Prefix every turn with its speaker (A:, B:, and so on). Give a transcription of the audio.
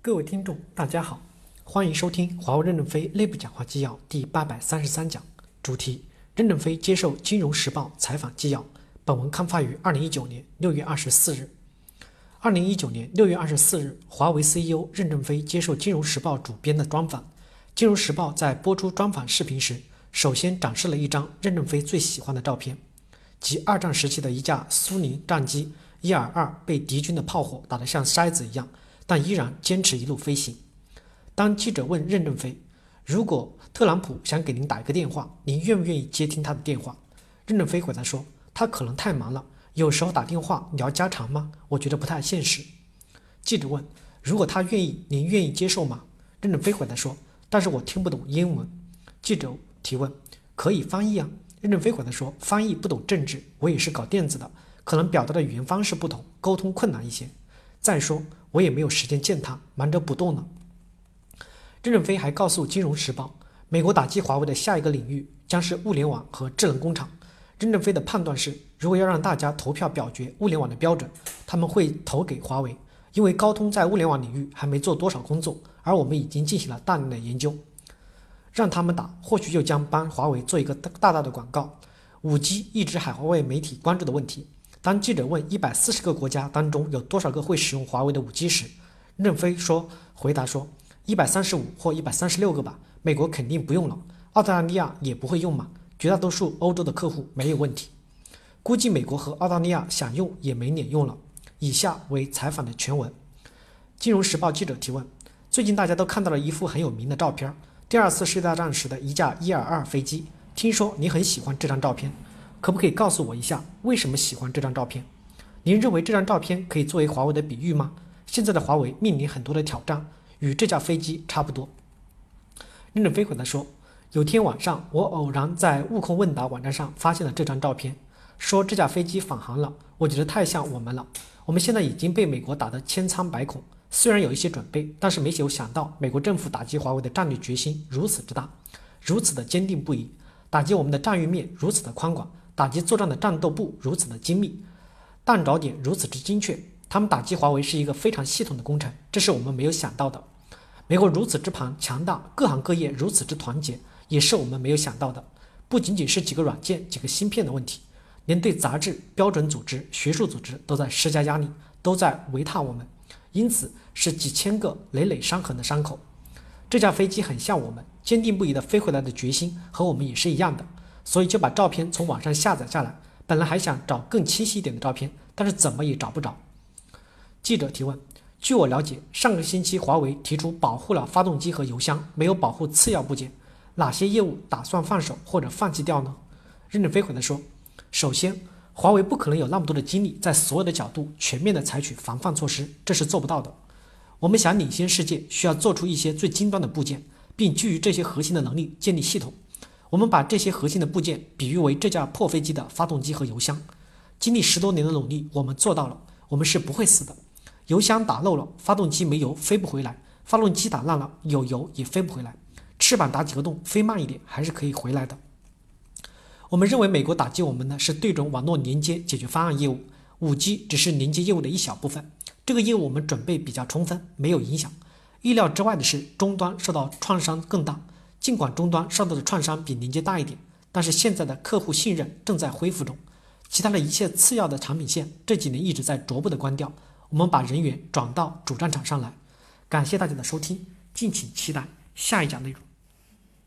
A: 各位听众，大家好，欢迎收听华为任正非内部讲话纪要第833讲，主题：任正非接受《金融时报》采访纪要。本文刊发于2019年6月24日。2019年6月24日，华为 CEO 任正非接受《金融时报》主编的专访。《金融时报》在播出专访视频时，首先展示了一张任正非最喜欢的照片，即二战时期的一架苏宁战机伊尔2被敌军的炮火打得像筛子一样，但依然坚持一路飞行。当记者问任正非，如果特朗普想给您打一个电话，您愿不愿意接听他的电话？任正非回答说，他可能太忙了，有时候打电话聊家常吗？我觉得不太现实。记者问，如果他愿意，您愿意接受吗？任正非回答说，但是我听不懂英文。记者提问，可以翻译啊？任正非回答说，翻译不懂政治，我也是搞电子的，可能表达的语言方式不同，沟通困难一些。再说我也没有时间见他，忙着不动呢。任正非还告诉《金融时报》，美国打击华为的下一个领域将是物联网和智能工厂。任正非的判断是，如果要让大家投票表决物联网的标准，他们会投给华为，因为高通在物联网领域还没做多少工作，而我们已经进行了大量的研究。让他们打，或许又将帮华为做一个大大的广告。5G 一直海外媒体关注的问题。当记者问140个国家当中有多少个会使用华为的 5G 时，任正非回答说135或136个吧，美国肯定不用了，澳大利亚也不会用嘛，绝大多数欧洲的客户没有问题，估计美国和澳大利亚想用也没脸用了。以下为采访的全文。金融时报记者提问，最近大家都看到了一幅很有名的照片，第二次世界大战时的一架伊尔2飞机，听说你很喜欢这张照片，可不可以告诉我一下为什么喜欢这张照片？您认为这张照片可以作为华为的比喻吗？现在的华为面临很多的挑战，与这架飞机差不多。任正非回答说，有天晚上我偶然在悟空问答网站上发现了这张照片，说这架飞机返航了，我觉得太像我们了。我们现在已经被美国打得千疮百孔，虽然有一些准备，但是没有想到美国政府打击华为的战略决心如此之大，如此的坚定不移，打击我们的战域面如此的宽广，打击作战的战斗部如此的精密，弹着点如此之精确。他们打击华为是一个非常系统的工程，这是我们没有想到的。美国如此之强大，各行各业如此之团结，也是我们没有想到的。不仅仅是几个软件、几个芯片的问题，连对杂志、标准组织、学术组织都在施加压力，都在围踏我们，因此是几千个累累伤痕的伤口。这架飞机很像我们，坚定不移地飞回来的决心和我们也是一样的，所以就把照片从网上下载下来。本来还想找更清晰一点的照片，但是怎么也找不着。记者提问，据我了解，上个星期华为提出保护了发动机和油箱，没有保护次要部件，哪些业务打算放手或者放弃掉呢？任正非回答说，首先华为不可能有那么多的精力在所有的角度全面的采取防范措施，这是做不到的。我们想领先世界，需要做出一些最尖端的部件，并基于这些核心的能力建立系统。我们把这些核心的部件比喻为这架破飞机的发动机和油箱，经历10多年的努力，我们做到了，我们是不会死的。油箱打漏了，发动机没油飞不回来，发动机打烂了，有油也飞不回来，翅膀打几个洞飞慢一点还是可以回来的。我们认为美国打击我们的是对准网络连接解决方案业务， 5G 只是连接业务的一小部分，这个业务我们准备比较充分，没有影响。意料之外的是终端受到创伤更大，尽管终端受到的创伤比连接大一点，但是现在的客户信任正在恢复中，其他的一切次要的产品线这几年一直在逐步的关掉，我们把人员转到主战场上来。感谢大家的收听，敬请期待下一讲内容。